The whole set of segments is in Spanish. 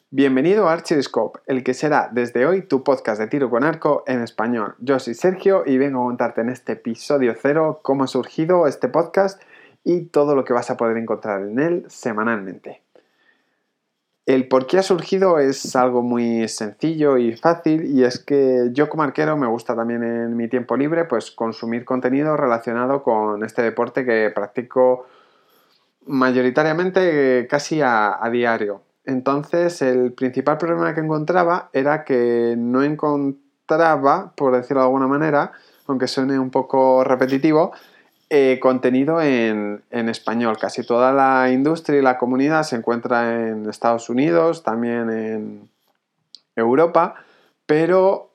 Bienvenido a Archerscope, el que será desde hoy tu podcast de tiro con arco en español. Yo soy Sergio y vengo a contarte en este episodio 0 cómo ha surgido este podcast y todo lo que vas a poder encontrar en él semanalmente. El por qué ha surgido es algo muy sencillo y fácil, y es que yo como arquero me gusta también en mi tiempo libre pues consumir contenido relacionado con este deporte que practico mayoritariamente casi a diario. Entonces el principal problema que encontraba era que no encontraba, por decirlo de alguna manera, aunque suene un poco repetitivo, contenido en español. Casi toda la industria y la comunidad se encuentra en Estados Unidos, también en Europa, pero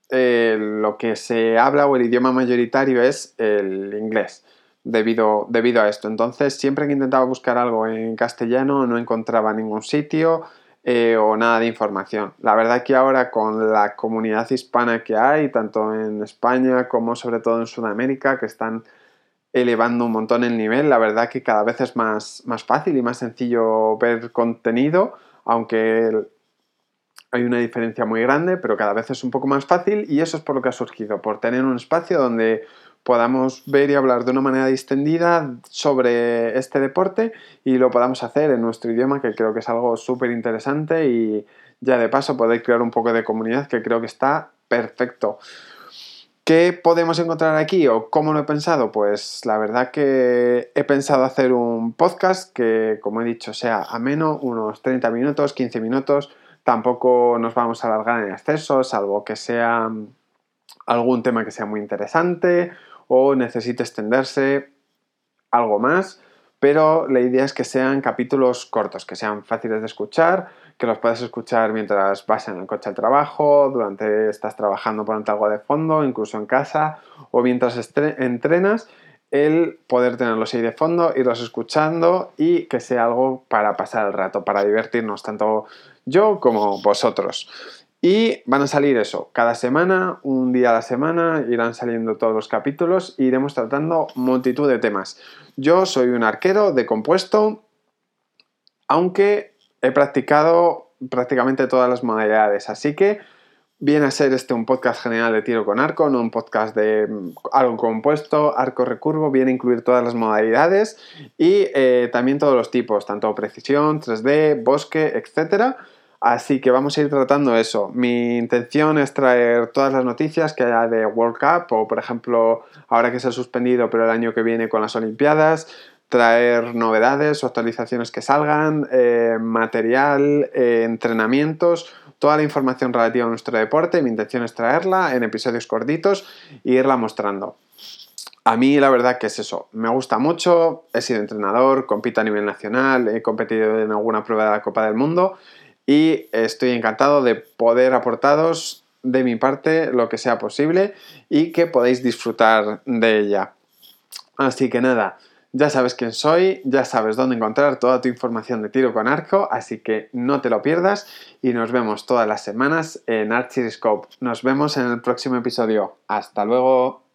lo que se habla o el idioma mayoritario es el inglés. Debido a esto. Entonces, siempre que intentaba buscar algo en castellano no encontraba ningún sitio o nada de información. La verdad que ahora con la comunidad hispana que hay, tanto en España como sobre todo en Sudamérica, que están elevando un montón el nivel, la verdad que cada vez es más fácil y más sencillo ver contenido, aunque hay una diferencia muy grande, pero cada vez es un poco más fácil, y eso es por lo que ha surgido, por tener un espacio donde podamos ver y hablar de una manera distendida sobre este deporte y lo podamos hacer en nuestro idioma, que creo que es algo súper interesante, y ya de paso poder crear un poco de comunidad, que creo que está perfecto. ¿Qué podemos encontrar aquí o cómo lo he pensado? Pues la verdad que he pensado hacer un podcast que, como he dicho, sea ameno, unos 30 minutos, 15 minutos. Tampoco nos vamos a alargar en exceso, salvo que sea algún tema que sea muy interesante o necesite extenderse algo más, pero la idea es que sean capítulos cortos, que sean fáciles de escuchar, que los puedas escuchar mientras vas en el coche al trabajo, estás trabajando, ponerte algo de fondo, incluso en casa o mientras entrenas, el poder tenerlos ahí de fondo, irlos escuchando y que sea algo para pasar el rato, para divertirnos, tanto yo como vosotros. Y van a salir eso, cada semana, un día a la semana, irán saliendo todos los capítulos e iremos tratando multitud de temas. Yo soy un arquero de compuesto, aunque he practicado prácticamente todas las modalidades, así que viene a ser un podcast general de tiro con arco, no un podcast de algo compuesto, arco recurvo, viene a incluir todas las modalidades y también todos los tipos, tanto precisión, 3D, bosque, etcétera. Así que vamos a ir tratando eso. Mi intención es traer todas las noticias que haya de World Cup o, por ejemplo, ahora que se ha suspendido, pero el año que viene con las Olimpiadas, traer novedades o actualizaciones que salgan, material, entrenamientos, toda la información relativa a nuestro deporte. Mi intención es traerla en episodios cortitos e irla mostrando. A mí la verdad que es eso, me gusta mucho, he sido entrenador, compito a nivel nacional, he competido en alguna prueba de la Copa del Mundo y estoy encantado de poder aportaros de mi parte lo que sea posible y que podáis disfrutar de ella. Así que nada, ya sabes quién soy, ya sabes dónde encontrar toda tu información de tiro con arco, así que no te lo pierdas y nos vemos todas las semanas en Archerscope. Nos vemos en el próximo episodio. ¡Hasta luego!